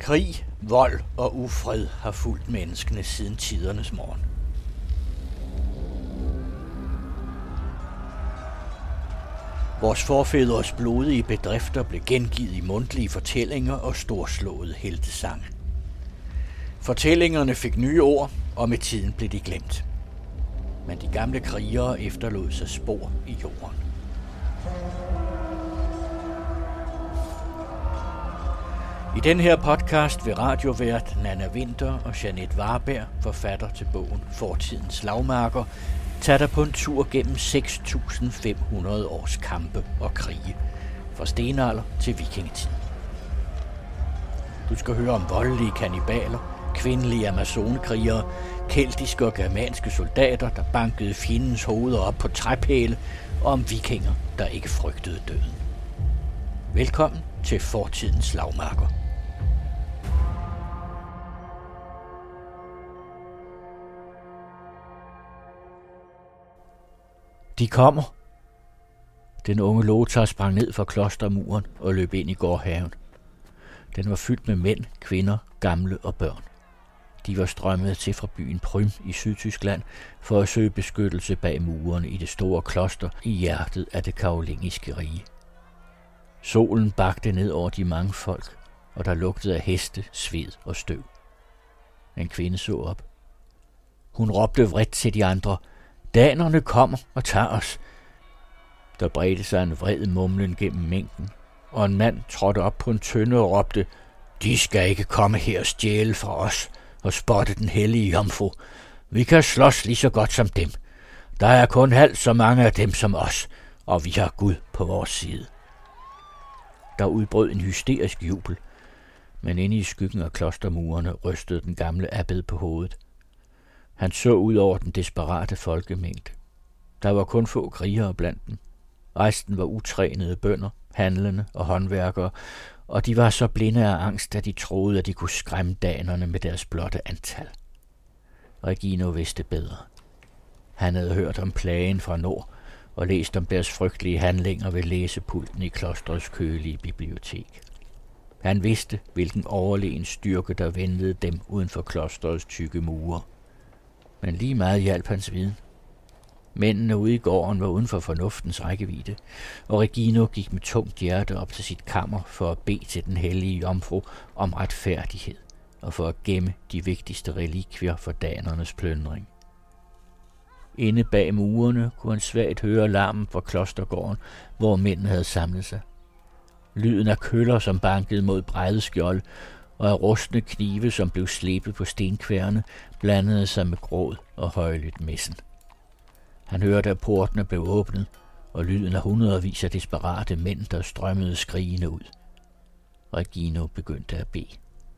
Krig, vold og ufred har fulgt menneskene siden tidernes morgen. Vores forfædres blodige bedrifter blev gengivet i mundtlige fortællinger og storslåede heltesange. Fortællingerne fik nye ord, og med tiden blev de glemt. Men de gamle krigere efterlod sig spor i jorden. I den her podcast vil radiovært Nanna Winther og Jeanette Varberg, forfatter til bogen Fortidens Slagmarker, tage dig på en tur gennem 6.500 års kampe og krige, fra stenalder til vikingetid. Du skal høre om voldelige kannibaler, kvindelige amazonekrigere, keltiske og germanske soldater, der bankede fjendens hoveder op på træpæle, og om vikinger, der ikke frygtede døden. Velkommen til Fortidens Slagmarker. De kommer. Den unge Lothar sprang ned fra klostermuren og løb ind i gårdhaven. Den var fyldt med mænd, kvinder, gamle og børn. De var strømmet til fra byen Prüm i Sydtyskland for at søge beskyttelse bag murene i det store kloster i hjertet af det karolingiske rige. Solen bagte ned over de mange folk, og der lugtede af heste, sved og støv. En kvinde så op. Hun råbte vredt til de andre: "Danerne kommer og tager os." Der bredte sig en vred mumlen gennem mængden, og en mand trådte op på en tønde og råbte: "De skal ikke komme her og stjæle fra os og spotte den hellige jomfru. Vi kan slås lige så godt som dem. Der er kun halvt så mange af dem som os, og vi har Gud på vores side." Der udbrød en hysterisk jubel, men inde i skyggen af klostermurene rystede den gamle abbed på hovedet. Han så ud over den desperate folkemængde. Der var kun få krigere blandt dem. Resten var utrænede bønder, handlende og håndværkere, og de var så blinde af angst, at de troede, at de kunne skræmme danerne med deres blotte antal. Regino vidste bedre. Han havde hørt om plagen fra nord og læst om deres frygtelige handlinger ved læsepulten i klostrets kølige bibliotek. Han vidste, hvilken overlegen styrke, der ventede dem uden for klostrets tykke mure. Men lige meget hjalp hans viden. Mændene ude i gården var uden for fornuftens rækkevidde, og Regino gik med tungt hjerte op til sit kammer for at bede til den hellige jomfru om retfærdighed og for at gemme de vigtigste relikvier for danernes plyndring. Inde bag murene kunne han svagt høre larmen fra klostergården, hvor mændene havde samlet sig. Lyden af køller, som bankede mod brædeskjold, og af rustne knive, som blev slebet på stenkværne, blandede sig med gråd og højlydt messen. Han hørte, at portene blev åbnet, og lyden af hundredvis af desperate mænd, der strømmede skrigende ud. Regino begyndte at bede.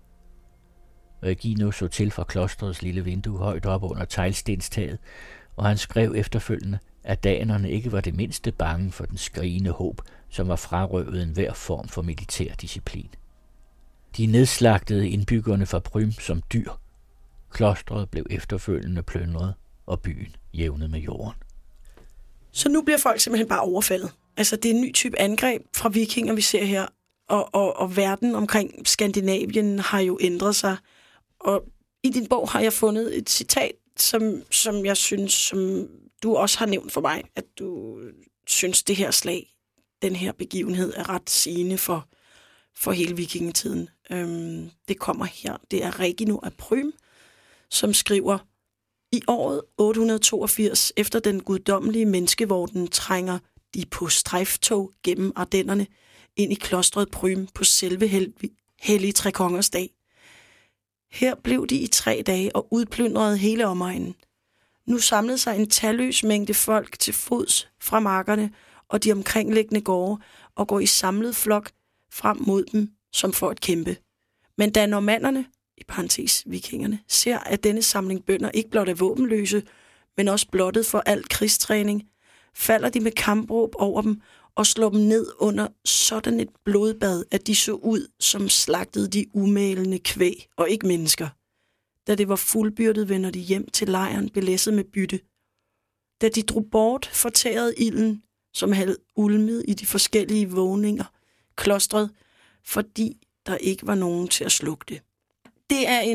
Regino så til fra klosterets lille vindue højt op under teglstenstaget, og han skrev efterfølgende, at danerne ikke var det mindste bange for den skrigende håb, som var frarøvet enhver form for militær disciplin. De nedslagtede indbyggerne fra Prüm som dyr. Klostret blev efterfølgende plyndret, og byen jævnet med jorden. Så nu bliver folk simpelthen bare overfaldet. Altså, det er en ny type angreb fra vikinger, vi ser her. Og verden omkring Skandinavien har jo ændret sig. Og i din bog har jeg fundet et citat, som jeg synes, som du også har nævnt for mig, at du synes, det her slag, den her begivenhed, er ret sigende for hele vikingetiden. Det kommer her. Det er Regino af Prüm, som skriver: "I året 882, efter den guddommelige menneskevorden, trænger de på strejftog gennem Ardennerne ind i klostret Prüm på selve hellige Trekongers dag. Her blev de i 3 dage og udplyndrede hele omegnen. Nu samlede sig en talløs mængde folk til fods fra markerne og de omkringliggende gårde og går i samlet flok frem mod dem som for at kæmpe. Men da normannerne, i parentes vikingerne, ser, at denne samling bønder ikke blot er våbenløse, men også blottet for al krigstræning, falder de med kampråb over dem og slår dem ned under sådan et blodbad, at de så ud, som slagtede de umælende kvæg og ikke mennesker. Da det var fuldbyrdet, vender de hjem til lejren belæsset med bytte. Da de drog bort, fortærede ilden, som havde ulmet i de forskellige vågninger, klostret, fordi der ikke var nogen til at slukke det. Det er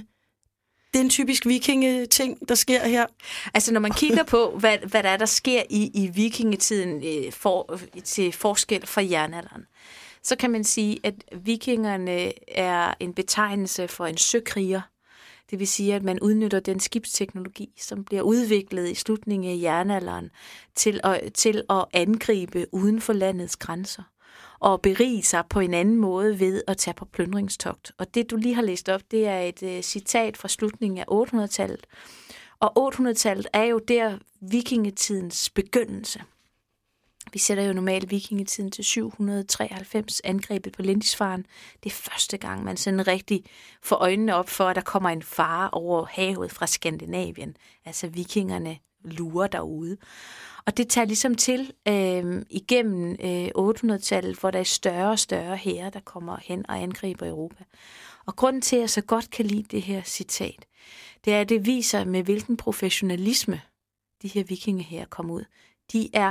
en typisk vikingeting, der sker her. Altså når man kigger på, hvad der sker i vikingetiden til forskel fra jernalderen, så kan man sige, at vikingerne er en betegnelse for en søkriger. Det vil sige, at man udnytter den skibsteknologi, som bliver udviklet i slutningen af jernalderen, til at angribe uden for landets grænser og berige sig på en anden måde ved at tage på plyndringstogt. Og det, du lige har læst op, det er et citat fra slutningen af 800-tallet. Og 800-tallet er jo der vikingetidens begyndelse. Vi sætter jo normalt vikingetiden til 793, angrebet på Lindisfarne. Det er første gang, man sådan rigtig får øjnene op for, at der kommer en fare over havet fra Skandinavien. Altså vikingerne lurer derude. Og det tager ligesom til igennem 800-tallet, hvor der er større og større hære, der kommer hen og angriber Europa. Og grunden til, at jeg så godt kan lide det her citat, det er, at det viser, med hvilken professionalisme de her vikingehære kommer ud. De er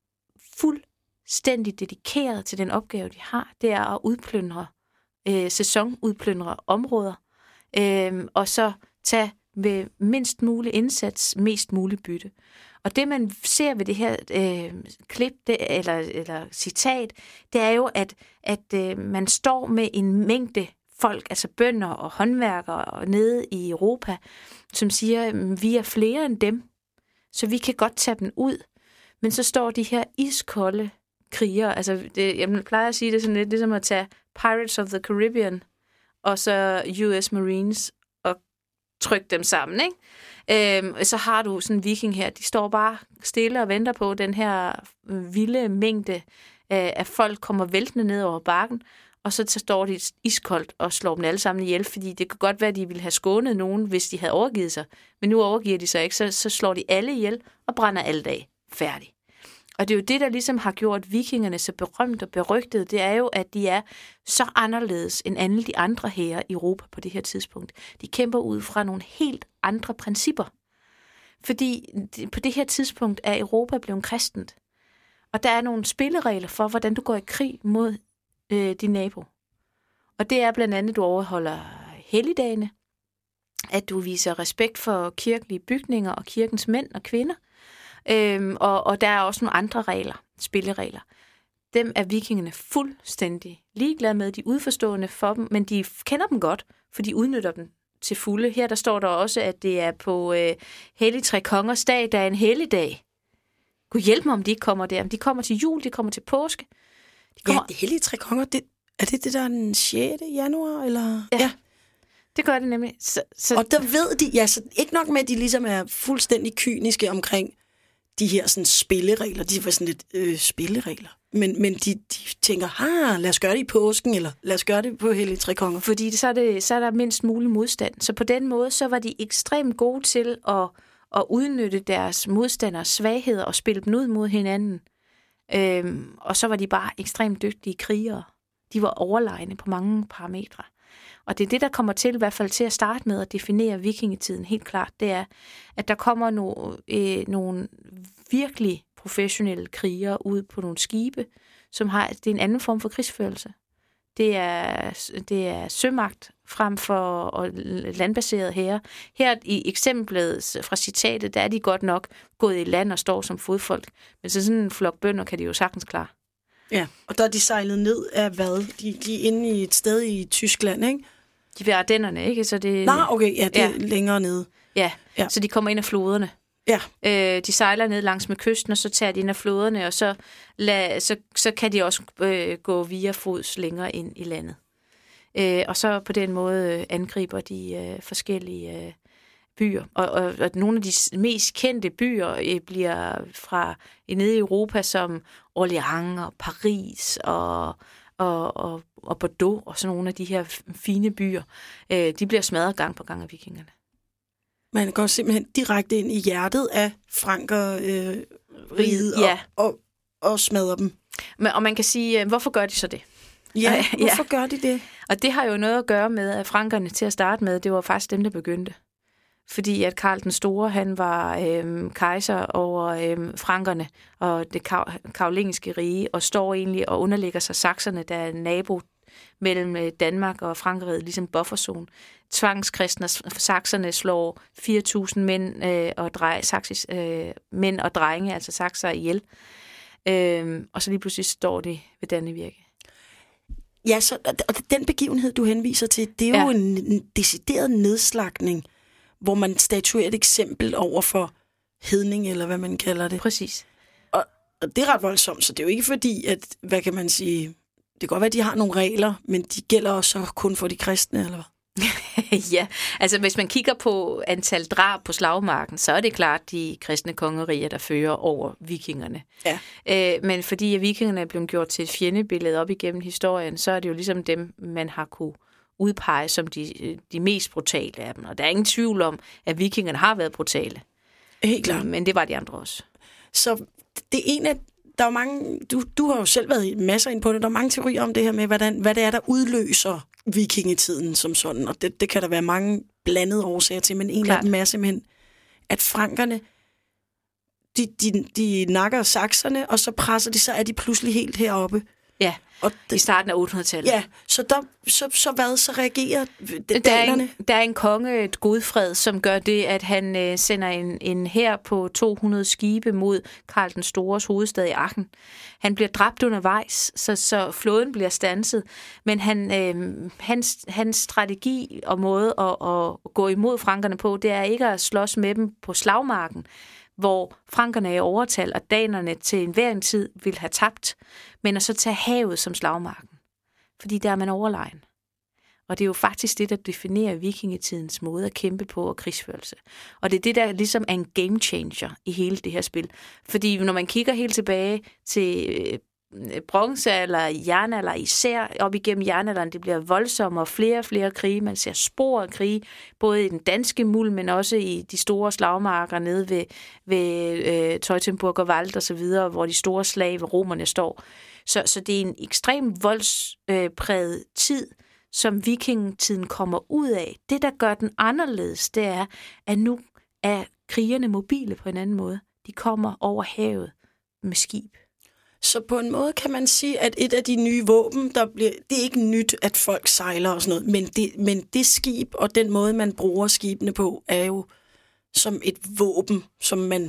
fuldstændig dedikeret til den opgave, de har. Det er at udplyndre, sæsonudplyndre områder, og så tage med mindst mulig indsats, mest mulig bytte. Og det, man ser ved det her klip eller citat, det er jo, at man står med en mængde folk, altså bønder og håndværkere nede i Europa, som siger, at vi er flere end dem, så vi kan godt tage dem ud. Men så står de her iskolde krigere, altså jeg plejer at sige det sådan lidt, ligesom at tage Pirates of the Caribbean og så US Marines og trykke dem sammen, ikke? Så har du sådan en viking her, de står bare stille og venter på, den her vilde mængde af folk kommer væltende ned over bakken, og så står de iskoldt og slår dem alle sammen ihjel, fordi det kan godt være, at de ville have skånet nogen, hvis de havde overgivet sig, men nu overgiver de sig ikke, så slår de alle ihjel og brænder alle af. Færdig. Og det er jo det, der ligesom har gjort vikingerne så berømt og berygtet, det er jo, at de er så anderledes end alle de andre hære i Europa på det her tidspunkt. De kæmper ud fra nogle helt andre principper. Fordi på det her tidspunkt er Europa blevet kristent. Og der er nogle spilleregler for, hvordan du går i krig mod din nabo. Og det er blandt andet, at du overholder helligdagene, at du viser respekt for kirkelige bygninger og kirkens mænd og kvinder, og der er også nogle andre regler, spilleregler. Dem er vikingerne fuldstændig ligeglade med, de er udforstående for dem, men de kender dem godt, for de udnytter dem til fulde. Her der står der også, at det er på Hellig Tre Kongers dag, der er en helligdag. Gud hjælp mig, om de ikke kommer der. De kommer til jul, de kommer til påske. Ja, det Hellige Tre Konger, er det der den 6. januar? Eller? Ja. Det gør det nemlig. Og der ved de, ja, så ikke nok med, at de ligesom er fuldstændig kyniske omkring de her sådan spilleregler. De var sådan lidt spilleregler. Men de tænker, lad os gøre det i påsken, eller lad os gøre det på Hellige Tre Konger. Fordi så er der mindst mulig modstand. Så på den måde, så var de ekstremt gode til at udnytte deres modstanders svagheder og spille dem ud mod hinanden. Og så var de bare ekstremt dygtige krigere. De var overlegne på mange parametre. Og det er det, der kommer til, i hvert fald til at starte med at definere vikingetiden helt klart, det er, at der kommer nogle virkelig professionelle krigere ud på nogle skibe, det er en anden form for krigsførelse. Det er sømagt frem for landbaseret hære. Her i eksemplet fra citatet, der er de godt nok gået i land og står som fodfolk, men så sådan en flok bønder kan de jo sagtens klare. Ja, og der er de sejlet ned af hvad? De er inde i et sted i Tyskland, ikke? De ved Ardennerne, ikke? Så det, okay, ja, det er længere nede. Ja, så de kommer ind af floderne. Ja. De sejler ned langs med kysten, og så tager de ind af floderne, og så kan de også gå via fods længere ind i landet. Og så på den måde angriber de forskellige byer. Og nogle af de mest kendte byer bliver fra nede i Europa, som Orléans og Paris og Bordeaux og sådan nogle af de her fine byer. De bliver smadret gang på gang af vikingerne. Man går simpelthen direkte ind i hjertet af frankerriget og smadrer dem. Og man kan sige, hvorfor gør de så det? Ja, hvorfor gør de det? Og det har jo noget at gøre med, at frankerne til at starte med, det var faktisk dem, der begyndte. Fordi at Karl den Store, han var kejser over frankerne og det karolingiske rige, og står egentlig og underlægger sig sakserne, der er nabo mellem Danmark og Frankrig, ligesom bufferzone. Tvangskristne, sakserne slår 4.000 mænd og drenge, altså sakser ihjel. Og så lige pludselig står det ved Dannevirke. Ja, og den begivenhed, du henviser til, det er jo en decideret nedslagning, hvor man statuerer et eksempel over for hedning, eller hvad man kalder det. Præcis. Og det er ret voldsomt, så det er jo ikke fordi, at, hvad kan man sige, det kan godt være, at de har nogle regler, men de gælder også kun for de kristne, eller hvad? Ja, altså hvis man kigger på antal drab på slagmarken, så er det klart de kristne kongeriger, der fører over vikingerne. Ja. Men fordi vikingerne er blevet gjort til et fjendebillede op igennem historien, så er det jo ligesom dem, man har kunne udpege som de mest brutale af dem. Og der er ingen tvivl om, at vikingerne har været brutale. Helt klart. Men det var de andre også. Så det ene af der er mange, du har jo selv været masser ind på det, der er mange teorier om det her med, hvad det er, der udløser vikingetiden som sådan, og det kan der være mange blandede årsager til, men en af dem er simpelthen, at frankerne, de nakker sakserne, og så presser de, så er de pludselig helt heroppe. Ja, og i starten af 800-tallet. Ja, så så reagerer danerne? Der er en konge, et Godfred, som gør det, at han sender en hær på 200 skibe mod Karl den Stores hovedstad i Aachen. Han bliver dræbt undervejs, så flåden bliver standset, men hans strategi og måde at gå imod frankerne på, det er ikke at slås med dem på slagmarken, hvor frankerne er i overtal, og danerne til enhver en tid vil have tabt, men at så tage havet som slagmarken. Fordi der er man overlegen. Og det er jo faktisk det, der definerer vikingetidens måde at kæmpe på og krigsførelse. Og det er det, der ligesom er en game changer i hele det her spil. Fordi når man kigger helt tilbage til bronzealder, jernalder, især op igennem jernalderen, det bliver voldsommere og flere krige. Man ser spor af krige, både i den danske muld, men også i de store slagmarker nede ved Teutoburg og Wald og så videre, hvor de store slag ved romerne står. Så det er en ekstrem voldspræget tid, som vikingetiden kommer ud af. Det, der gør den anderledes, det er, at nu er krigerne mobile på en anden måde. De kommer over havet med skib. Så på en måde kan man sige, at et af de nye våben, det er ikke nyt, at folk sejler og sådan noget, men det skib og den måde, man bruger skibene på, er jo som et våben, som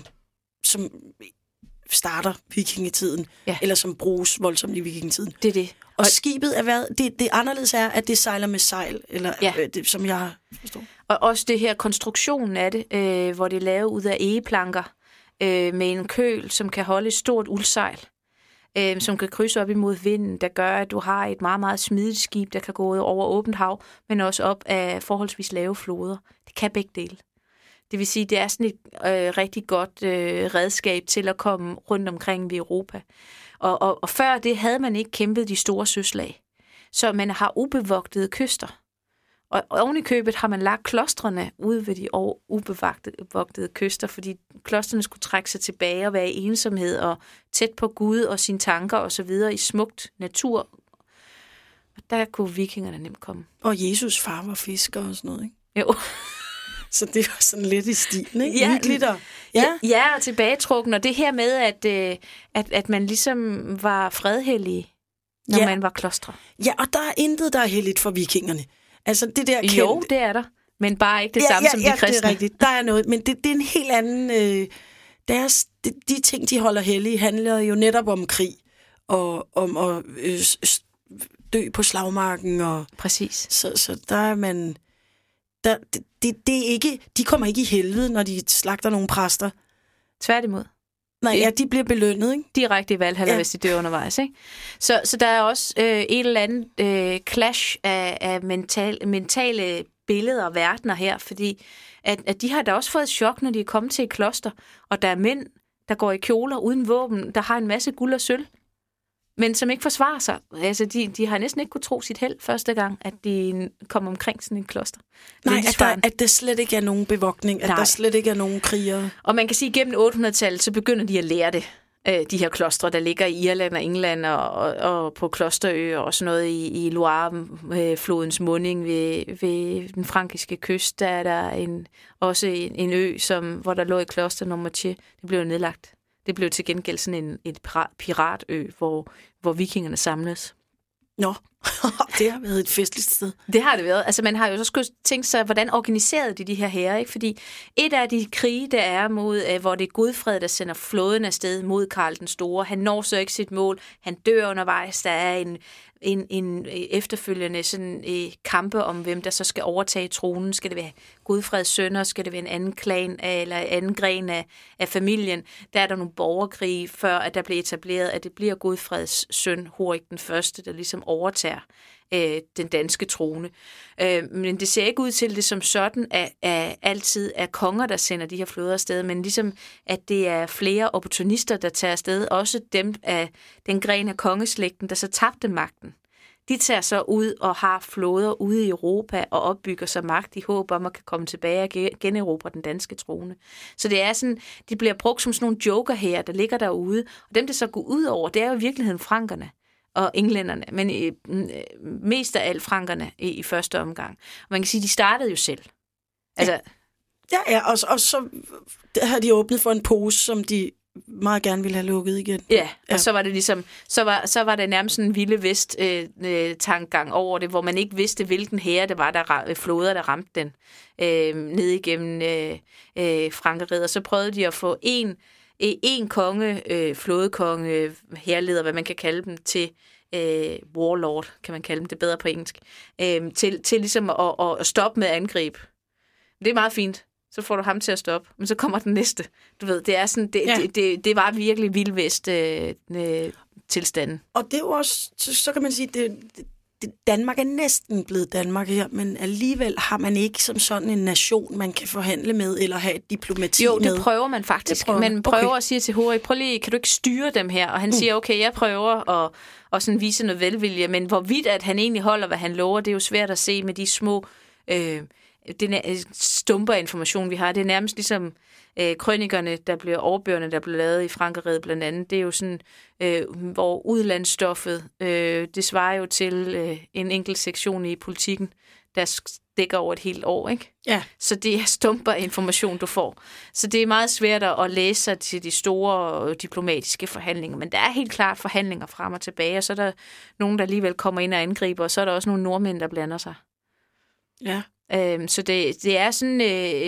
starter vikingetiden, eller som bruges voldsomt i vikingetiden. Det er det. Og skibet er det anderledes er, at det sejler med sejl, eller det, som jeg forstår. Og også det her konstruktionen af det, hvor det er lavet ud af egeplanker, med en køl, som kan holde et stort uldsejl, som kan krydse op imod vinden, der gør, at du har et meget, meget smidigt skib, der kan gå over åbent hav, men også op af forholdsvis lave floder. Det kan begge dele. Det vil sige, det er sådan et rigtig godt redskab til at komme rundt omkring ved Europa. Og før det havde man ikke kæmpet de store søslag. Så man har ubevogtede kyster. Og oven i købet har man lagt klostrene ude ved de ubevogtede kyster, fordi klostrene skulle trække sig tilbage og være i ensomhed og tæt på Gud og sine tanker og så videre i smukt natur. Og der kunne vikingerne nemt komme. Og Jesus far var fisker og sådan noget, ikke? Jo. Så det var sådan lidt i stilen, ikke? Ja, hyggeligt og... Ja, og tilbagetrukken. Og det her med, at man ligesom var fredhellige, når man var klostre. Ja, og der er intet, der er helligt for vikingerne. Altså det der Jo, det er der. Men bare ikke det samme som de kristne. Ja, det er rigtigt. Der er noget, men det er en helt anden... de ting, de holder hellige, handler jo netop om krig og om at dø på slagmarken. Og, præcis. Så der er man... Det er ikke, de kommer ikke i helvede, når de slagter nogle præster. Tværtimod. Nej, ja, de bliver belønnet, ikke? Direkte i Valhalla, hvis de dør undervejs, ikke? Så der er også et eller andet clash af mentale billeder og verdener her, fordi at de har da også fået et chok, når de er kommet til et kloster, og der er mænd, der går i kjoler uden våben, der har en masse guld og sølv, men som ikke forsvarer sig. Altså, de har næsten ikke kunne tro sit held første gang, at de kom omkring sådan et kloster. Nej, at der slet ikke er nogen bevogtning, at der slet ikke er nogen krigere. Og man kan sige, at gennem 800-tallet, så begynder de at lære det. De her klostre, der ligger i Irland og England og på klosterøer og sådan noget i Loire-flodens munding ved den frankiske kyst. Der er der også en ø, hvor der lå et kloster, Normandier. Det blev nedlagt. Det blev til gengæld sådan et piratø, hvor vikingerne samles. Nå. Det har været et festligt sted. Det har det været. Altså man har jo så skulle tænke sig, hvordan organiserede de her hære, ikke? Fordi et af de krige, der er mod, hvor det er Godfred, der sender flåden afsted mod Karl den Store. Han når så ikke sit mål. Han dør undervejs. Der er en efterfølgende sådan, kampe om, hvem der så skal overtage tronen. Skal det være Godfreds sønner? Skal det være en anden klan eller anden gren af familien? Der er der nogle borgerkrige, før at der bliver etableret, at det bliver Godfreds søn, Horik den Første, der ligesom overtager den danske trone. Men det ser ikke ud til det som sådan, at altid er konger, der sender de her flåder afsted, men ligesom, at det er flere opportunister, der tager afsted, også dem af den gren af kongeslægten, der så tabte magten. De tager så ud og har flåder ude i Europa og opbygger sig magt i håb om at kan komme tilbage og generobre den danske trone. Så det er sådan, de bliver brugt som sådan nogle joker her, der ligger derude, og dem, der så går ud over, det er jo i virkeligheden frankerne og englænderne, men mest af alt frankerne i første omgang. Og man kan sige, de startede jo selv. Altså, Ja, og så har de åbnet for en pose, som de meget gerne ville have lukket igen. Ja, og så var det ligesom, så var det nærmest en vilde vest tankegang over det, hvor man ikke vidste, hvilken hære det var, der flåder, der ramte den ned igennem Frankeriget. Og så prøvede de at få en konge, flådekonge, hærleder, hvad man kan kalde dem, til warlord, kan man kalde dem, det bedre på engelsk, til ligesom at stoppe med angreb. Det er meget fint. Så får du ham til at stoppe, men så kommer den næste. Du ved, det er sådan, det var virkelig vildvest tilstanden. Og det er jo også, så kan man sige, Danmark er næsten blevet Danmark her, men alligevel har man ikke som sådan en nation, man kan forhandle med, eller have et diplomati med. Jo, det prøver man faktisk. Man prøver at sige til Horik, prøv lige, kan du ikke styre dem her? Og han siger, okay, jeg prøver at sådan vise noget velvilje, men hvorvidt at han egentlig holder, hvad han lover, det er jo svært at se med de små stumper information, vi har. Det er nærmest ligesom krønikerne, overbøgerne, der blev lavet i Frankeriget blandt andet. Det er jo sådan, hvor udlandsstoffet, det svarer jo til en enkelt sektion i Politikken, der dækker over et helt år, ikke? Ja. Så det er stumper information, du får. Så det er meget svært at læse sig til de store diplomatiske forhandlinger, men der er helt klart forhandlinger frem og tilbage, og så er der nogen, der alligevel kommer ind og angriber, og så er der også nogle nordmænd, der blander sig. Ja. Så det er sådan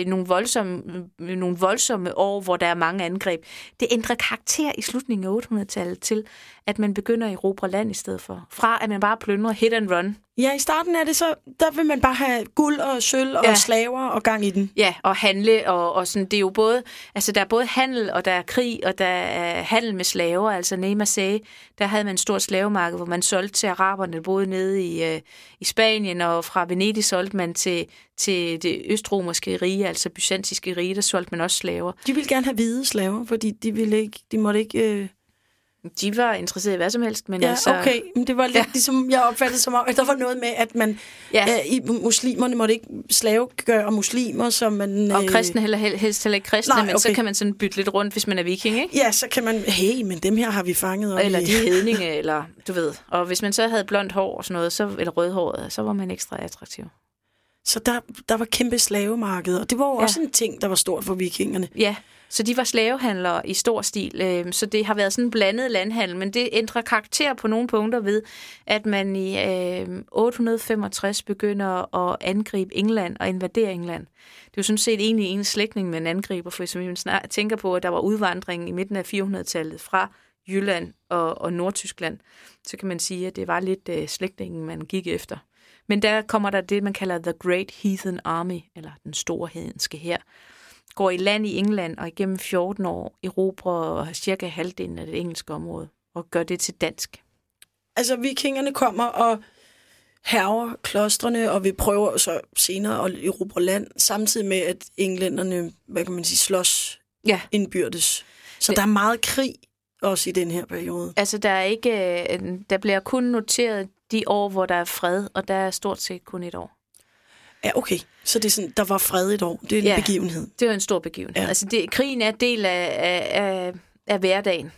nogle voldsomme år, hvor der er mange angreb. Det ændrer karakter i slutningen af 800-tallet til, at man begynder at erobre land i stedet for. Fra at man bare plyndrer hit and run. Ja, i starten er det så, der vil man bare have guld og sølv og slaver og gang i den. Ja, og handle, og sådan, det er jo både, altså der er både handel, og der er krig, og der er handel med slaver. Altså Nema sagde, der havde man en stor slavemarked, hvor man solgte til araberne, både nede i Spanien, og fra Venedig solgte man til det østromerske rige, altså byzantinske rige, der solgte man også slaver. De ville gerne have hvide slaver, fordi de måtte ikke... De var interesseret i hvad som helst, men ja, altså... okay. Men det var lidt ligesom, jeg opfattede som om, at der var noget med, at man i muslimerne måtte ikke slavegøre muslimer, som man... Og kristne helst heller ikke kristne, men så kan man sådan bytte lidt rundt, hvis man er viking, ikke? Ja, så kan man, hey, men dem her har vi fanget. Eller de hedninge, eller du ved. Og hvis man så havde blondt hår og sådan noget, eller rødhåret, så var man ekstra attraktiv. Så der var kæmpe slavemarked, og det var jo også en ting, der var stort for vikingerne. Ja, så de var slavehandlere i stor stil, så det har været sådan en blandet landhandel, men det ændrer karakter på nogle punkter ved, at man i 865 begynder at angribe England og invadere England. Det er jo sådan set egentlig en slægtning med en angriber, for hvis man tænker på, at der var udvandring i midten af 400-tallet fra Jylland og Nordtyskland, så kan man sige, at det var lidt slægtningen, man gik efter. Men der kommer der det, man kalder The Great Heathen Army, eller den store hedenske hær, går i land i England og igennem 14 år erobrer cirka halvdelen af det engelske område og gør det til dansk. Altså vikingerne kommer og hærger klostrene, og vi prøver så senere at erobre land, samtidig med at englænderne, hvad kan man sige, slås indbyrdes. Så der er meget krig også i den her periode. Altså der bliver kun noteret de år, hvor der er fred, og der er stort set kun et år. Ja, okay. Så det er sådan, der var fred et år. Det er en begivenhed. Det var en stor begivenhed. Ja. Altså krigen er en del af hverdagen.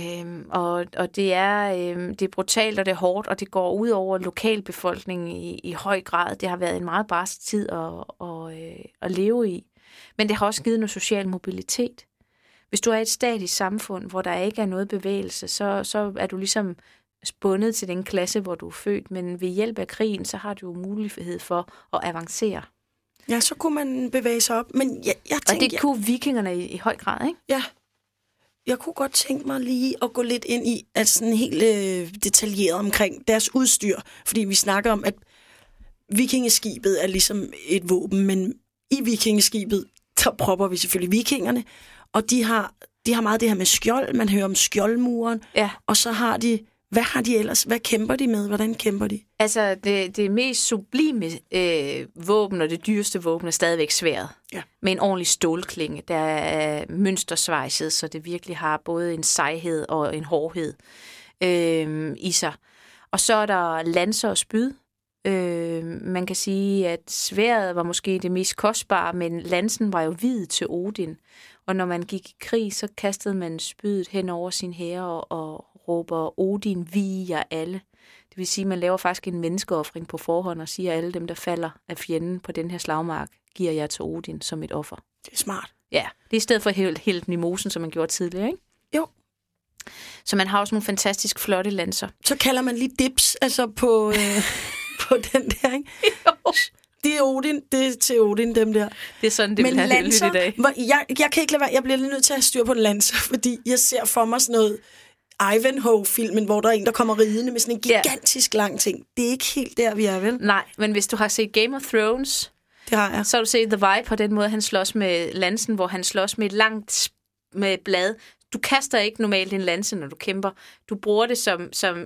Og det er brutalt, og det er hårdt, og det går ud over lokalbefolkningen i høj grad. Det har været en meget barsk tid at leve i. Men det har også givet noget social mobilitet. Hvis du er et statisk samfund, hvor der ikke er noget bevægelse, så er du ligesom bundet til den klasse, hvor du er født, men ved hjælp af krigen, så har du jo mulighed for at avancere. Ja, så kunne man bevæge sig op. Men jeg tænkte, og det kunne vikingerne i høj grad, ikke? Ja. Jeg kunne godt tænke mig lige at gå lidt ind i, altså sådan helt detaljeret omkring deres udstyr. Fordi vi snakker om, at vikingeskibet er ligesom et våben, men i vikingeskibet, der propper vi selvfølgelig vikingerne. Og de har meget det her med skjold. Man hører om skjoldmuren. Ja. Og så har de... Hvad har de ellers? Hvad kæmper de med? Hvordan kæmper de? Altså, det mest sublime våben og det dyreste våben er stadigvæk sværdet. Ja. Med en ordentlig stålklinge, der er mønstersvejset, så det virkelig har både en sejhed og en hårdhed i sig. Og så er der lanser og spyd. Man kan sige, at sværdet var måske det mest kostbare, men lansen var jo hvid til Odin. Og når man gik i krig, så kastede man spydet hen over sin hære og råber Odin, vi jer alle. Det vil sige, at man laver faktisk en menneskeoffring på forhånd og siger, at alle dem, der falder af fjenden på den her slagmark, giver jeg til Odin som et offer. Det er smart. Ja, det er i stedet for helt i mosen, som man gjorde tidligere, ikke? Jo. Så man har også nogle fantastisk flotte lanser. Så kalder man lige dips, altså på den der, ikke? Jo. Det er Odin, det er til Odin, dem der. Det er sådan, det vil have lanser, i dag. Jeg kan ikke lade være, jeg bliver lige nødt til at have styr på en lanser, fordi jeg ser for mig sådan noget Ivanhoe-filmen, hvor der er en, der kommer ridende med sådan en gigantisk lang ting. Det er ikke helt der, vi er, vel? Nej, men hvis du har set Game of Thrones, det har jeg. Så har du set The Vibe på den måde, han slås med lansen, hvor han slås med et langt med blad. Du kaster ikke normalt en lanse, når du kæmper. Du bruger det som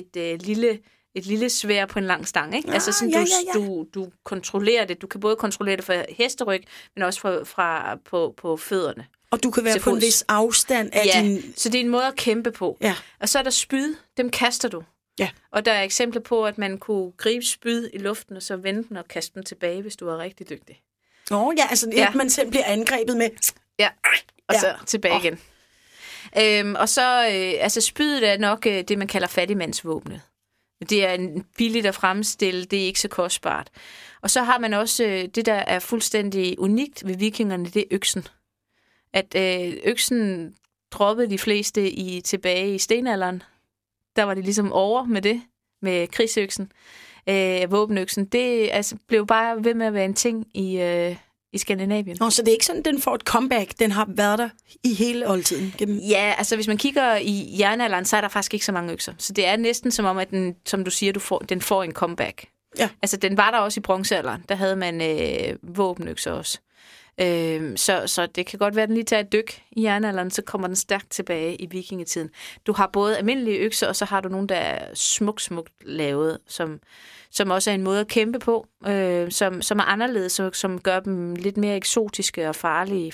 et lille sværd på en lang stang, ikke? Altså sådan, du kontrollerer det. Du kan både kontrollere det fra hesteryg, men også på fødderne. Og du kan være på en vis afstand af din... så det er en måde at kæmpe på. Ja. Og så er der spyd. Dem kaster du. Ja. Og der er eksempler på, at man kunne gribe spyd i luften, og så vende den og kaste den tilbage, hvis du er rigtig dygtig. At man selv bliver angrebet med... Ja, og så tilbage igen. Og så, altså spydet er nok det, man kalder fattigmandsvåbnet. Det er billigt at fremstille, det er ikke så kostbart. Og så har man også det, der er fuldstændig unikt ved vikingerne, det er øksen. At øksen droppede de fleste tilbage i stenalderen. Der var de ligesom over med det, med krigsøksen. Våbenøksen, det blev bare ved med at være en ting i Skandinavien. Så det er ikke sådan, den får et comeback. Den har været der i hele oldtiden. Ja, altså hvis man kigger i jernalderen, så er der faktisk ikke så mange økser. Så det er næsten som om, at den, som du siger, den får en comeback. Ja. Altså den var der også i bronzealderen. Der havde man våbenøkser også. Så det kan godt være, at den lige tager et dyk i jernalderen, så kommer den stærkt tilbage i vikingetiden. Du har både almindelige økser, og så har du nogle, der er smukt lavet, som også er en måde at kæmpe på, som er anderledes, som gør dem lidt mere eksotiske og farlige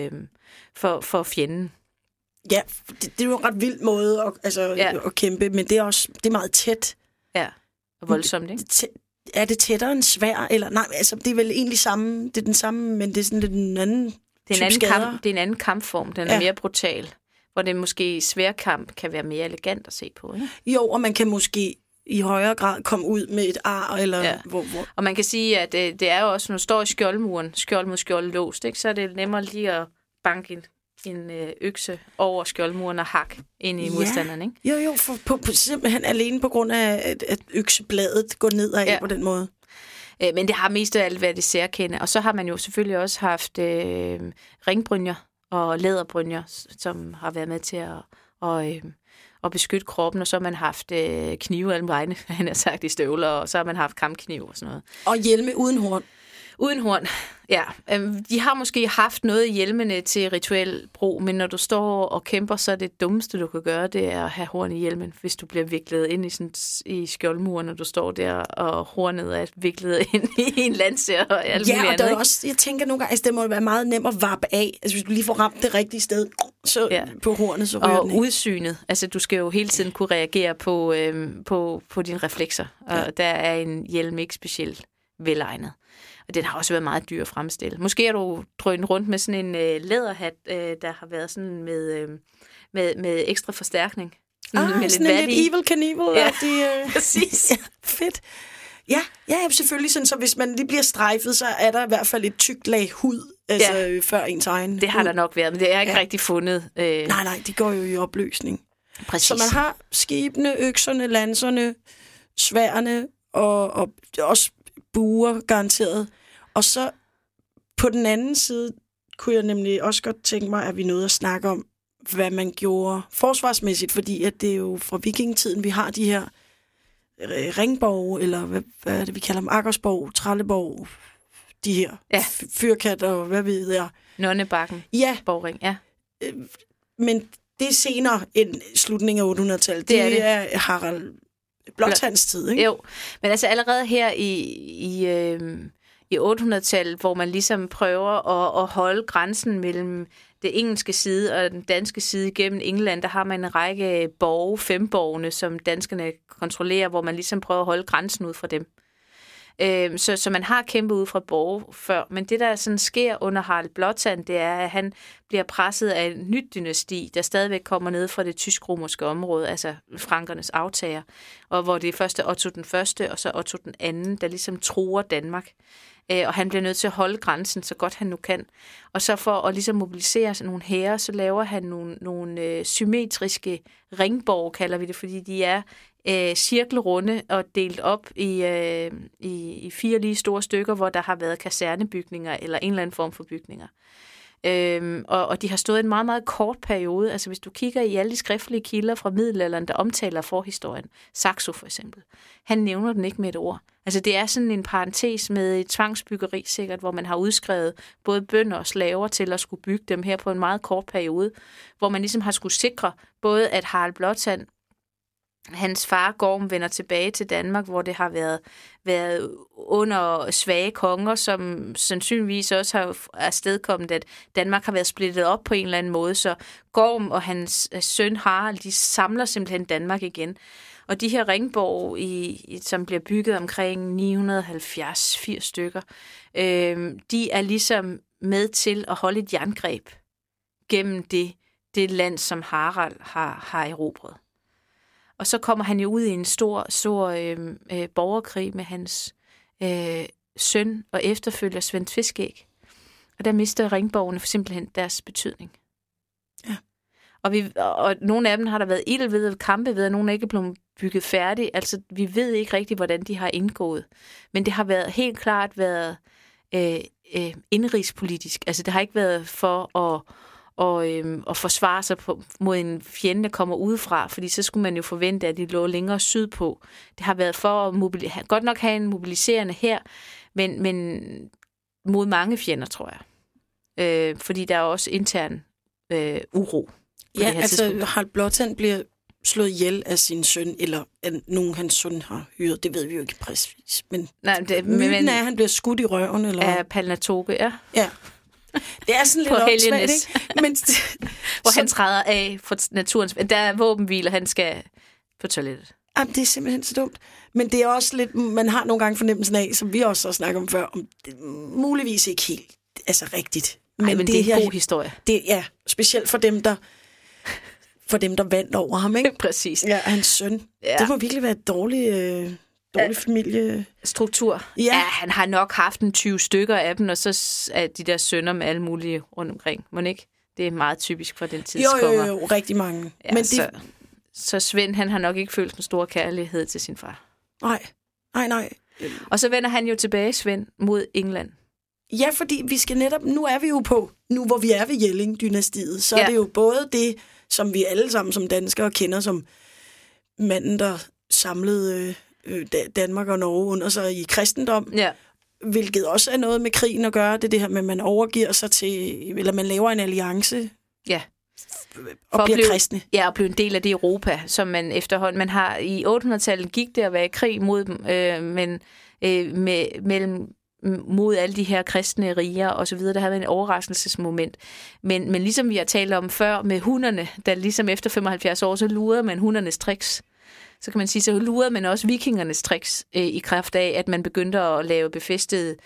for fjenden. Ja, det er jo en ret vild måde at kæmpe, men det er meget tæt. Ja, og voldsomt, ikke? Er det tættere end svær? Eller nej, altså det er vel egentlig samme, det er den samme, men det er sådan lidt en anden det er en anden kampform, den er mere brutal, hvor det måske sværkamp kan være mere elegant at se på, ikke? Jo, og man kan måske i højere grad komme ud med et ar, eller hvor. Og man kan sige, at det er jo også, når du står i skjoldmuren, skjold mod skjold låst, ikke? Så er det nemmere lige at banke en økse over skjoldmuren og hak ind i modstanderen, ikke? Jo, for simpelthen alene på grund af, at øksebladet går nedad på den måde. Men det har mest af alt været det særkende. Og så har man jo selvfølgelig også haft ringbrynjer og læderbrynjer, som har været med til at beskytte kroppen. Og så har man haft knive alle vegne, han har sagt, i støvler, og så har man haft kampkniv og sådan noget. Og hjelme uden horn. Uden horn, ja. De har måske haft noget i hjelmene til rituel brug, men når du står og kæmper, så er det dummeste, du kan gøre, det er at have horn i hjelmen, hvis du bliver viklet ind i skjoldmuren, når du står der, og hornet er viklet ind i en lanse og alt muligt andet. Ja, og der er også, jeg tænker nogle gange, det må være meget nemt at vappe af. Altså, hvis du lige får ramt det rigtige sted, så på hornet, så ryger den ikke. Og udsynet. Altså, du skal jo hele tiden kunne reagere på dine reflekser, og der er en hjelm ikke specielt velegnet. Og den har også været meget dyr at fremstille. Måske har du drønet rundt med sådan en læderhat, der har været sådan med ekstra forstærkning. Med sådan en lidt Evel Knievel. Ja, præcis. Ja, fedt. Ja, selvfølgelig sådan, så hvis man lige bliver strejfet, så er der i hvert fald et tykt lag hud, før ens egen. Det har der nok været, men det er ikke rigtig fundet. Nej, det går jo i opløsning. Præcis. Så man har skibene, økserne, lanserne, sværdene og også buer garanteret. Og så på den anden side kunne jeg nemlig også godt tænke mig, at vi nåede at snakke om, hvad man gjorde forsvarsmæssigt, fordi at det er jo fra vikingetiden, vi har de her ringborg, eller hvad er det, vi kalder dem, Aggersborg, Trelleborg, de her fyrkat og hvad ved jeg. Nonnebakken. Ja. Borgring, ja. Men det er senere end slutningen af 800-tallet. Det er Harald Blåtands tid, ikke? Jo, men altså allerede her i 800-tallet, hvor man ligesom prøver at holde grænsen mellem det engelske side og den danske side gennem England, der har man en række borge, 5 borgene, som danskerne kontrollerer, hvor man ligesom prøver at holde grænsen ud fra dem. Så man har kæmpet ud fra borge før, men det, der sådan sker under Harald Blåtand, det er, at han bliver presset af et nyt dynasti, der stadigvæk kommer ned fra det tysk-romerske område, altså frankernes aftager, og hvor det er først Otto den første og så Otto den anden, der ligesom truer Danmark. Og han bliver nødt til at holde grænsen så godt han nu kan. Og så for at ligesom mobilisere nogle hære, så laver han nogle symmetriske ringborg, kalder vi det, fordi de er cirkelrunde og delt op i 4 lige store stykker, hvor der har været kasernebygninger eller en eller anden form for bygninger. Og de har stået en meget, meget kort periode. Altså hvis du kigger i alle de skriftlige kilder fra middelalderen, der omtaler forhistorien, Saxo for eksempel, han nævner den ikke med et ord. Altså det er sådan en parentes med et tvangsbyggeri sikkert, hvor man har udskrevet både bønder og slaver til at skulle bygge dem her på en meget kort periode, hvor man ligesom har skulle sikre både at Harald Blåtand, hans far Gorm, vender tilbage til Danmark, hvor det har været under svage konger, som sandsynligvis også har afstedkommet, at Danmark har været splittet op på en eller anden måde. Så Gorm og hans søn Harald, de samler simpelthen Danmark igen. Og de her ringborg, som bliver bygget omkring 970-80 stykker, de er ligesom med til at holde et jerngreb gennem det land, som Harald har erobret. Og så kommer han jo ud i en stor borgerkrig med hans søn og efterfølger Svend Tveskæg. Og der mister ringborgene simpelthen deres betydning. Ja. Og nogle af dem har der været ild ved, kampe ved, og nogle er ikke blevet bygget færdigt. Altså, vi ved ikke rigtigt, hvordan de har indgået. Men det har helt klart været indrigspolitisk. Altså, det har ikke været for at forsvare sig mod en fjende, der kommer udefra, fordi så skulle man jo forvente, at de lå længere sydpå. Det har været for at godt nok have en mobiliserende her, men mod mange fjender, tror jeg. Fordi der er også intern uro. Ja, altså Harald Blåtand bliver slået ihjel af sin søn, eller nogen hans søn har hyret. Det ved vi jo ikke præcis. Men myten er, at han bliver skudt i røven. Eller? Af Palnatoke, ja. Ja. Det er sådan lidt åndssvagt, ikke? Men, hvor han træder af for naturens... Der er våbenhvile, han skal på toilettet. Jamen, det er simpelthen så dumt. Men det er også lidt... Man har nogle gange fornemmelsen af, som vi også har snakket om før, om det muligvis ikke helt rigtigt. Men det er en god historie. Ja, specielt for dem, der vandt over ham, ikke? Præcis. Ja, hans søn. Ja. Det må virkelig være et dårlig familiestruktur. Ja, han har nok haft en 20 stykker af dem, og så er de der sønner med alle mulige rundt omkring. Må ikke? Det er meget typisk for den tidskonger. Jo, rigtig mange. Ja, men så Svend, han har nok ikke følt en stor kærlighed til sin far. Nej. Og så vender han jo tilbage, Svend, mod England. Ja, fordi vi skal netop... Nu hvor vi er ved Jelling-dynastiet, så er det jo både det, som vi alle sammen som danskere kender som manden, der samlede Danmark og Norge under sig i kristendom. Ja. Hvilket også er noget med krigen at gøre. Det er det her med, at man overgiver sig til... Eller man laver en alliance. Ja. Og bliver kristne. Ja, og blive en del af det Europa, som man efterhånden... Man har i 800-tallet gik det at være i krig mod dem, mod alle de her kristne riger og så videre. Der har været en overraskelsesmoment. Men ligesom vi har talt om før med hunderne, der ligesom efter 75 år, så lurede man hundernes tricks. Så kan man sige, så lurede man også vikingernes tricks i kraft af, at man begyndte at lave befæstede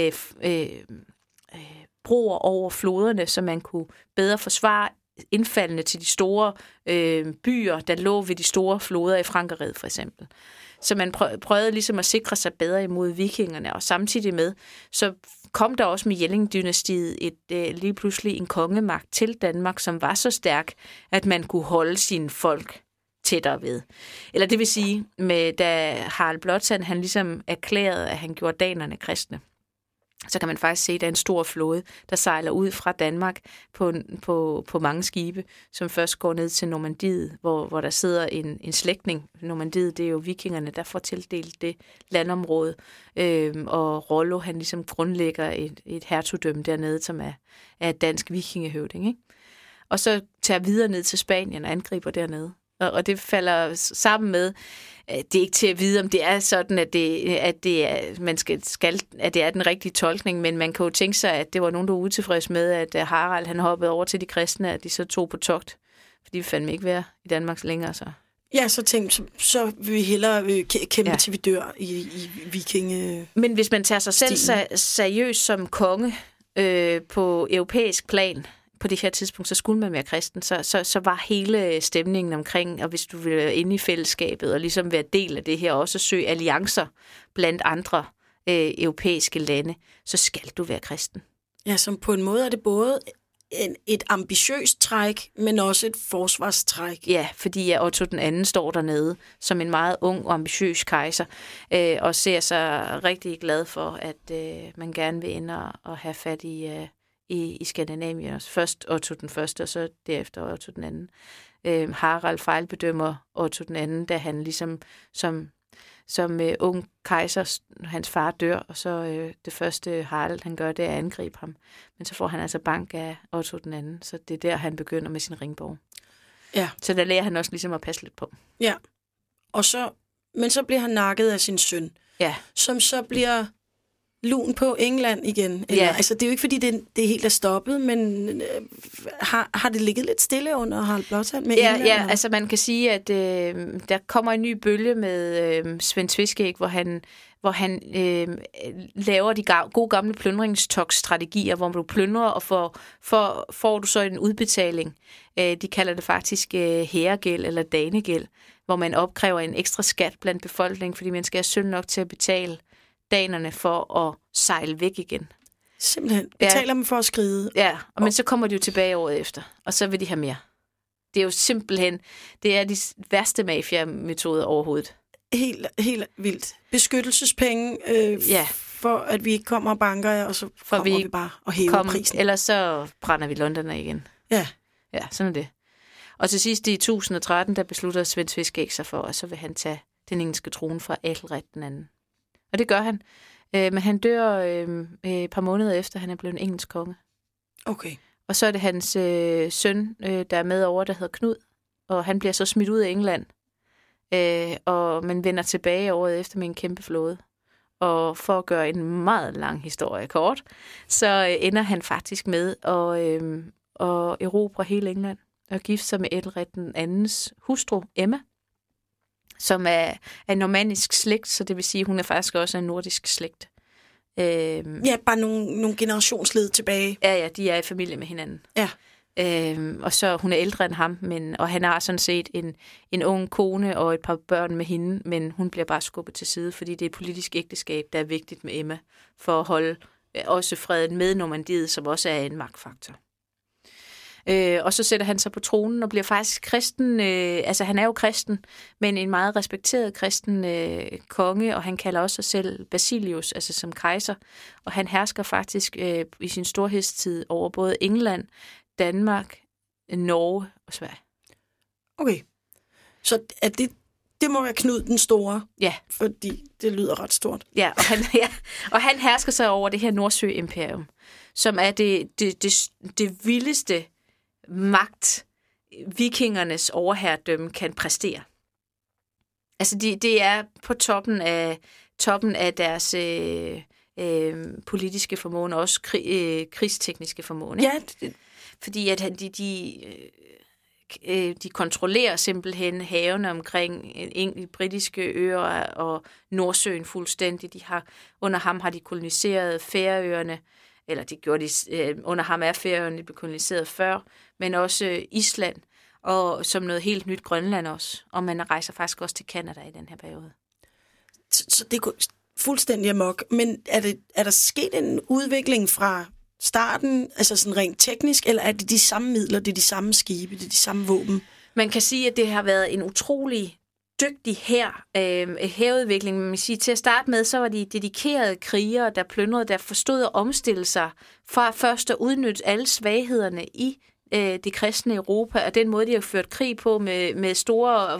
broer over floderne, så man kunne bedre forsvare indfaldene til de store byer, der lå ved de store floder i Frankerriget for eksempel. Så man prøvede ligesom at sikre sig bedre imod vikingerne, og samtidig med, så kom der også med Jelling-dynastiet lige pludselig en kongemagt til Danmark, som var så stærk, at man kunne holde sine folk tættere ved. Eller det vil sige, da Harald Blåtand, han ligesom erklærede, at han gjorde danerne kristne, så kan man faktisk se, at der er en stor flåde, der sejler ud fra Danmark på mange skibe, som først går ned til Normandiet, hvor der sidder en slægtning. Normandiet, det er jo vikingerne, der får tildelt det landområde, og Rollo, han ligesom grundlægger et hertugdømme dernede, som er et dansk vikingehøvding, ikke? Og så tager videre ned til Spanien og angriber dernede. Og det falder sammen med, det er ikke til at vide, om det er sådan, at det er den rigtige tolkning, men man kan jo tænke sig, at det var nogen, der var utilfreds med, at Harald han hoppede over til de kristne, at de så tog på togt, fordi vi fandme ikke være i Danmark længere. Så. Ja, så vil vi hellere kæmpe til vi dør i vikinge. Men hvis man tager sig selv seriøst som konge på europæisk plan, på det her tidspunkt, så skulle man være kristen, så var hele stemningen omkring, og hvis du vil være inde i fællesskabet og ligesom være del af det her, også søge alliancer blandt andre europæiske lande, så skal du være kristen. Ja, som på en måde er det både et ambitiøst træk, men også et forsvarstræk. Ja, fordi Otto den anden står dernede som en meget ung og ambitiøs kejser, og ser sig rigtig glad for, at man gerne vil ind og have fat i Skandinavien. Først Otto den første, og så derefter Otto den anden. Harald fejlbedømmer Otto den anden, da han ligesom som ung kejser, hans far dør, og så det første Harald, han gør, det er at angribe ham. Men så får han altså bank af Otto den anden, så det er der, han begynder med sin ringborg. Ja. Så der lærer han også ligesom at passe lidt på. Ja, men så bliver han nakket af sin søn, som så bliver lun på England igen. Eller, altså, det er jo ikke, fordi det helt er stoppet, men har det ligget lidt stille under Harald Blåtand med England? Ja, altså man kan sige, at der kommer en ny bølge med Svend Tveskæg, hvor han laver de gode gamle plyndringstogsstrategier, hvor du plyndrer, og får du så en udbetaling. De kalder det faktisk herregæld eller danegæld, hvor man opkræver en ekstra skat blandt befolkningen, fordi man skal have synd nok til at betale danerne for at sejle væk igen. Simpelthen. Betaler dem for at skride. Ja, men så kommer de jo tilbage året efter, og så vil de have mere. Det er jo simpelthen, det er de værste mafia-metoder overhovedet. Helt vildt. Beskyttelsespenge for, at vi ikke kommer og banker jer, og så kommer vi bare og hæver prisen. Ellers så brænder vi London igen. Ja, sådan er det. Og til sidst i 1013, der beslutter Svend Tveskæg sig for, at så vil han tage den engelske trone fra Æthelred den anden. Og det gør han. Men han dør et par måneder efter, han er blevet en engelsk konge. Okay. Og så er det hans søn, der er med over, der hedder Knud. Og han bliver så smidt ud af England. Og man vender tilbage året efter med en kæmpe flåde. Og for at gøre en meget lang historie kort, så ender han faktisk med at erobre hele England. Og gifte sig med Æthelred den andens hustru, Emma, som er normandisk slægt, så det vil sige, at hun er faktisk også en nordisk slægt. Bare nogle generationsled tilbage. Ja, de er i familie med hinanden. Ja. Og så hun er ældre end ham, og han har sådan set en ung kone og et par børn med hende, men hun bliver bare skubbet til side, fordi det er et politisk ægteskab, der er vigtigt med Emma, for at holde også freden med Normandiet, som også er en magtfaktor. Og så sætter han sig på tronen og bliver faktisk kristen. Altså han er jo kristen, men en meget respekteret kristen konge, og han kalder også sig selv Basilius, altså som kejser. Og han hersker faktisk i sin storhedstid over både England, Danmark, Norge og Sverige. Okay, så er det må være Knud den Store, fordi det lyder ret stort. Ja, og han hersker sig over det her Nordsø-imperium, som er det vildeste magt, vikingernes overherredømme kan præstere. Altså det er på toppen af deres politiske formåen, og også krigstekniske formåen. Ja. Fordi at de kontrollerer simpelthen havene omkring enkelte britiske øer og Nordsøen fuldstændig. Under ham har de koloniseret Færøerne, eller det gjorde de, under ham er Færøerne blev koloniseret før, men også Island, og som noget helt nyt Grønland også. Og man rejser faktisk også til Canada i den her periode. Så det går fuldstændig amok. Men er der sket en udvikling fra starten, altså sådan rent teknisk, eller er det de samme midler, det er de samme skibe, det er de samme våben? Man kan sige, at det har været en utrolig dygtig hærudvikling. Man kan sige, til at starte med, så var de dedikerede krigere, der plyndrede, der forstod at omstille sig fra først at udnytte alle svaghederne i det kristne Europa, og den måde, de har ført krig på med store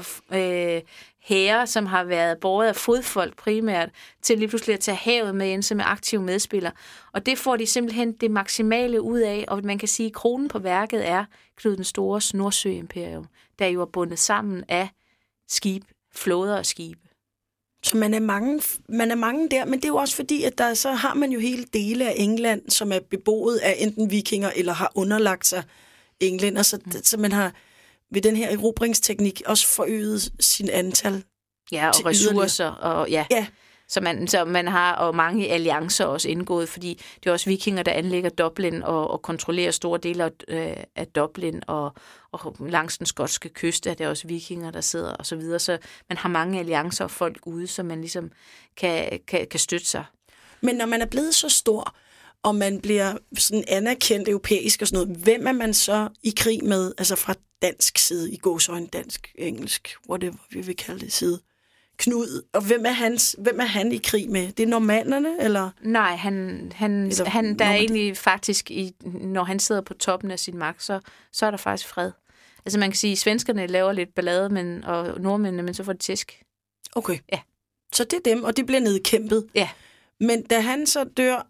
hære, som har været båret af fodfolk primært, til lige pludselig at tage havet med ind som er aktive medspillere. Og det får de simpelthen det maksimale ud af, og man kan sige, at kronen på værket er Knud den Stores Nordsøimperium, der jo er bundet sammen af flåder og skibe. Så man er mange der, men det er jo også fordi, at så har man jo hele dele af England, som er beboet af enten vikinger, eller har underlagt sig englænder, så man har ved den her erobringsteknik også forøget sin antal. Ja, og ressourcer, og ja. Så man har og mange alliancer også indgået, fordi det er også vikinger, der anlægger Dublin og kontrollerer store dele af Dublin, og langs den skotske kyst er det også vikinger, der sidder og så videre. Så man har mange alliancer og folk ude, som man ligesom kan støtte sig. Men når man er blevet så stor, og man bliver sådan anerkendt europæisk og sådan noget, hvem er man så i krig med, altså fra dansk side, i gåseøjne dansk, engelsk, whatever vi vil kalde det side? Knud, og hvem er han i krig med? Det er normannerne, eller? Nej, han der er egentlig faktisk, når han sidder på toppen af sin magt, så er der faktisk fred. Altså man kan sige, at svenskerne laver lidt ballade, og nordmændene, men så får de tæsk. Okay. Ja. Så det er dem, og de bliver nedkæmpet. Ja. Men da han så dør,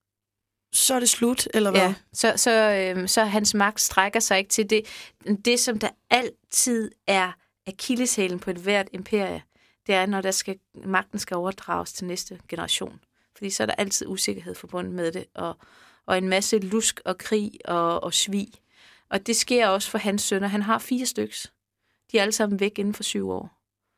så er det slut, eller hvad? Ja, så hans magt strækker sig ikke til det som der altid er akilleshælen på et hvert imperie. Det er, når magten skal overdrages til næste generation. Fordi så er der altid usikkerhed forbundet med det, og en masse lusk og krig og svig. Og det sker også for hans sønner. Han har 4 styks. De er alle sammen væk inden for 7 år.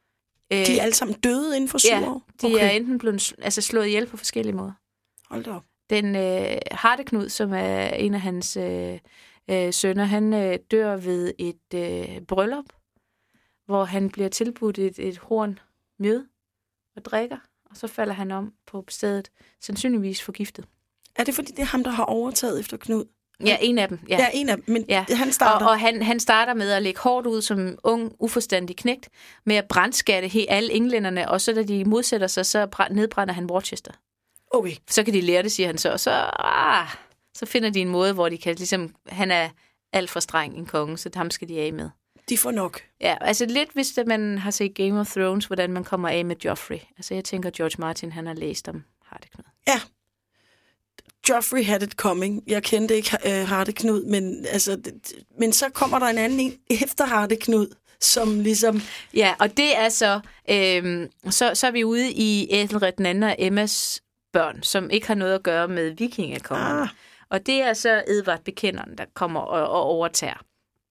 De er alle sammen døde inden for 7 år? Ja, de er enten blevet slået ihjel på forskellige måder. Hold da op. Den Hardeknud, som er en af hans sønner, han dør ved et bryllup, hvor han bliver tilbudt et horn mjød og drikker, og så falder han om på stedet, sandsynligvis forgiftet. Er det fordi, det er ham, der har overtaget efter Knud? Ja, en af dem. Ja, en af dem, men ja. Han starter. Og han starter med at lægge hårdt ud som ung, uforstandig knægt, med at brandskatte alle englænderne, og så da de modsætter sig, så nedbrænder han Worcester. Okay. Så kan de lære det, siger han så, og så finder de en måde, hvor de kan ligesom, han er alt for streng en konge, så ham skal de af med. De får nok. Ja, altså lidt hvis man har set Game of Thrones, hvordan man kommer af med Joffrey. Altså jeg tænker, George Martin, han har læst om Hardeknud. Ja. Joffrey had it coming. Jeg kendte ikke Hardeknud, men så kommer der en anden efter Hardeknud, som ligesom... Ja, og det er så er vi ude i Æthelred den anden og Emmas børn, som ikke har noget at gøre med vikingekongerne. Og det er så Edvard Bekenderen, der kommer og overtager.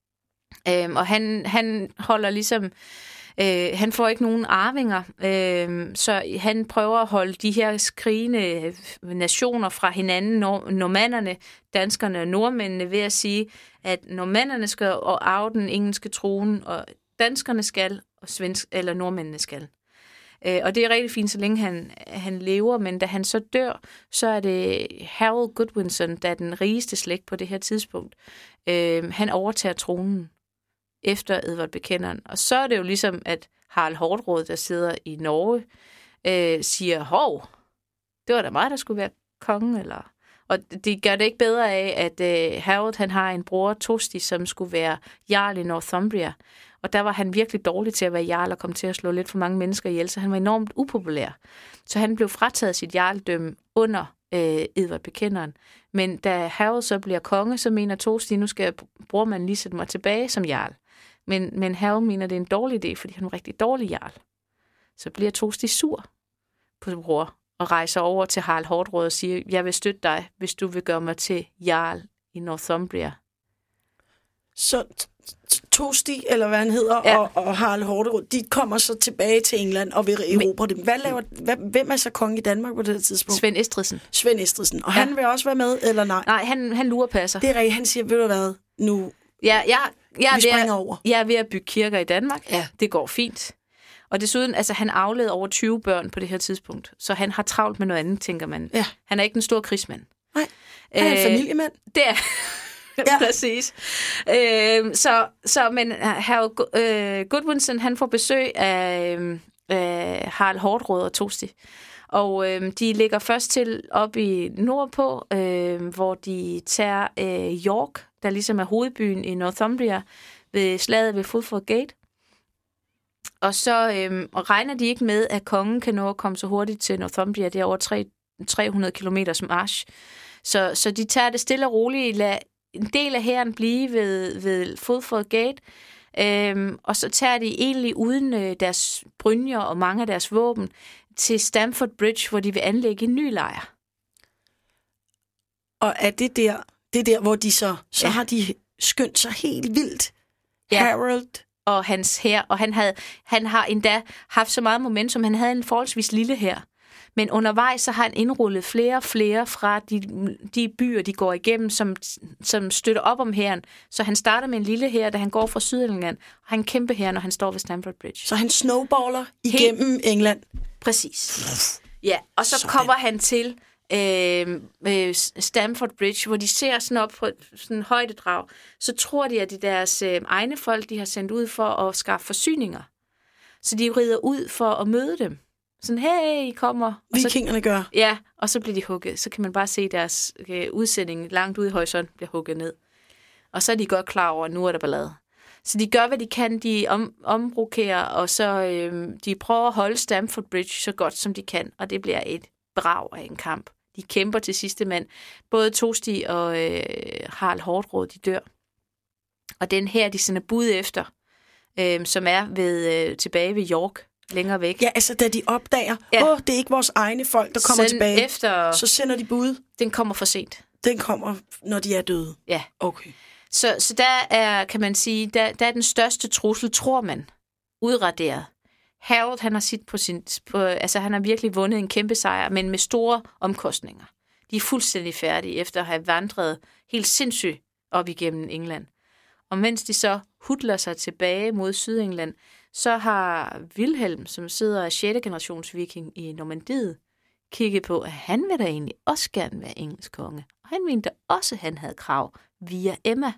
Og han holder ligesom... han får ikke nogen arvinger, så han prøver at holde de her skrigende nationer fra hinanden, normannerne, danskerne og nordmændene, ved at sige, at normannerne skal og arve den engelske trone, og danskerne skal, og eller nordmændene skal. Og det er rigtig fint, så længe han lever, men da han så dør, så er det Harold Godwinson, der er den rigeste slægt på det her tidspunkt. Han overtager tronen efter Edvard Bekenderen. Og så er det jo ligesom, at Harald Hårderåd, der sidder i Norge, siger, hov, det var da mig, der skulle være konge, eller... Og det gør det ikke bedre af, at Harold, han har en bror, Tosti, som skulle være jarl i Northumbria. Og der var han virkelig dårlig til at være jarl og kom til at slå lidt for mange mennesker ihjel, så han var enormt upopulær. Så han blev frataget sit jarldømme under Edvard Bekenderen. Men da Harold så bliver konge, så mener Tosti, nu skal brormanden lige sætte mig tilbage som jarl. Men Harold mener, det er en dårlig idé, fordi han er en rigtig dårlig jarl. Så bliver Tosti sur på sin bror og rejser over til Harald Hårderåd og siger, jeg vil støtte dig, hvis du vil gøre mig til jarl i Northumbria. Så Tosti, eller hvad han hedder, ja. og Harald Hårderåd, de kommer så tilbage til England og vil erobre dem. Hvem er så konge i Danmark på det tidspunkt? Svend Estridsen. Og han vil også være med, eller nej? Nej, han lurepasser. Det er rigtigt. Han siger, ved du hvad, nu... Ja, vi springer over. Jeg er ved at bygge kirker i Danmark. Ja. Det går fint. Og desuden, altså han afleder over 20 børn på det her tidspunkt. Så han har travlt med noget andet, tænker man. Ja. Han er ikke den store krigsmand. Nej, han er en familiemand. Det er Præcis. Men Harold Godwinson, han får besøg af Harald Hårderåd og Tosti. Og de ligger først til op i nordpå, hvor de tager York, der ligesom er hovedbyen i Northumbria, ved slaget ved Fulford Gate. Og så regner de ikke med, at kongen kan nå at komme så hurtigt til Northumbria. Det er over 300 kilometers march. Så de tager det stille og roligt, lader en del af hæren blive ved Fulford Gate, og så tager de egentlig uden deres brynjer og mange af deres våben til Stamford Bridge, hvor de vil anlægge en ny lejr. Og er det der, hvor de så har de skyndt sig helt vildt? Ja. Harold og hans hær, og han har endda haft så meget momentum, han havde en forholdsvis lille hær. Men undervejs så har han indrullet flere fra de byer, de går igennem, som støtter op om hæren. Så han starter med en lille hær, da han går fra Sydengland, og han kæmper her, når han står ved Stamford Bridge. Så han snowballer igennem England? Præcis. Ja, og så kommer han til Stamford Bridge, hvor de ser sådan op på sådan en højdedrag. Så tror de, at det er deres egne folk, de har sendt ud for at skaffe forsyninger. Så de rider ud for at møde dem. Sådan, hey, I kommer. Vikingerne gør. Ja, og så bliver de hugget. Så kan man bare se deres udsending langt ude i horisonten bliver hugget ned. Og så er de godt klar over, at nu er der ballade. Så de gør, hvad de kan. De omrokerer, og så de prøver at holde Stamford Bridge så godt, som de kan. Og det bliver et brag af en kamp. De kæmper til sidste mand. Både Tosti og Harald Hårderåd, de dør. Og den her, de sender bud efter, som er tilbage ved York, længere væk. Ja, altså da de opdager, det er ikke vores egne folk, der kommer tilbage, så sender de bud. Den kommer for sent. Den kommer, når de er døde? Ja. Okay. Så der er, kan man sige, der er den største trussel, tror man, udraderet. Harold, han har han har virkelig vundet en kæmpe sejr, men med store omkostninger. De er fuldstændig færdige efter at have vandret helt sindssygt op igennem England. Og mens de så hudler sig tilbage mod Sydengland, så har Vilhelm, som sidder af 6. generations viking i Normandiet, kigget på, at han vil da egentlig også gerne være engelsk konge. Og han mente også, at han havde krav via Emma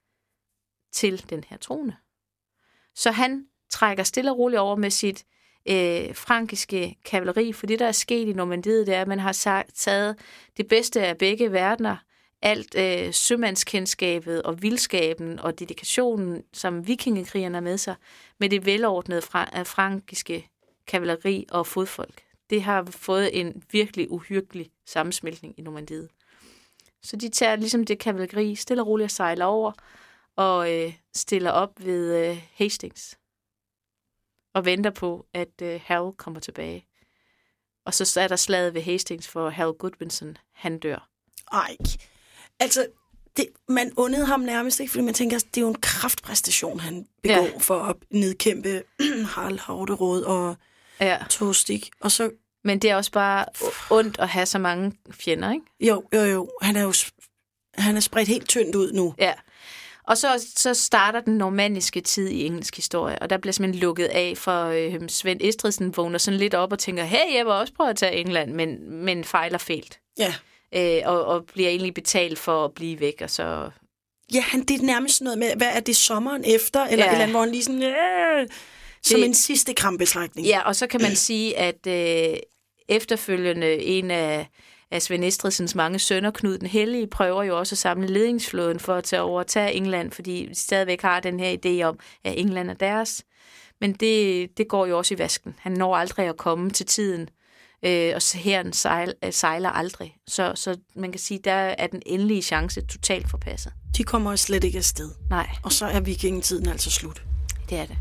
til den her trone. Så han trækker stille og roligt over med sit frankiske kavaleri, for det, der er sket i Normandiet, det er, at man har taget det bedste af begge verdener, alt sømandskendskabet og vildskaben og dedikationen, som vikingekrigerne er med sig, med det velordnede frankiske kavaleri og fodfolk. Det har fået en virkelig uhyggelig sammensmeltning i Normandiet. Så de tager ligesom det kavaleri stille og roligt og sejler over og stiller op ved Hastings og venter på, at Harold kommer tilbage. Og så er der slaget ved Hastings for Harold Godwinson. Han dør. Ej, altså, man undede ham nærmest ikke, fordi man tænker, det er jo en kraftpræstation, han begår for at nedkæmpe Harald Hårderåd og Tostig. Og så... Men det er også bare ondt at have så mange fjender, ikke? Jo. Han er spredt helt tyndt ud nu. Ja. Og så starter den normanniske tid i engelsk historie, og der bliver simpelthen lukket af, for Svend Estridsen vågner sådan lidt op og tænker, hey, jeg vil også prøve at tage England, men fejler fælt. Ja. Og bliver egentlig betalt for at blive væk, og så... Ja, det er nærmest noget med, hvad er det sommeren efter, eller et eller andet, hvor han lige sådan... som en sidste krampetrækning. Ja, og så kan man sige, at efterfølgende en af Svend Estridsens mange sønner, Knud den Hellige, prøver jo også at samle ledingsflåden for at tage England, fordi de stadigvæk har den her idé om, at England er deres. Men det går jo også i vasken. Han når aldrig at komme til tiden, og hæren sejler aldrig. Så man kan sige, der er den endelige chance totalt forpasset. De kommer slet ikke afsted. Nej. Og så er vikingetiden altså slut. Det er det.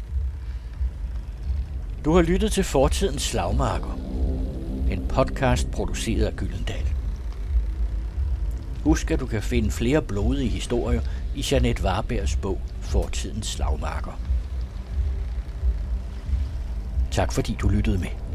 Du har lyttet til Fortidens Slagmarker. En podcast produceret af Gyldendal. Husk, at du kan finde flere blodige historier i Jeanette Varbergs bog Fortidens Slagmarker. Tak fordi du lyttede med.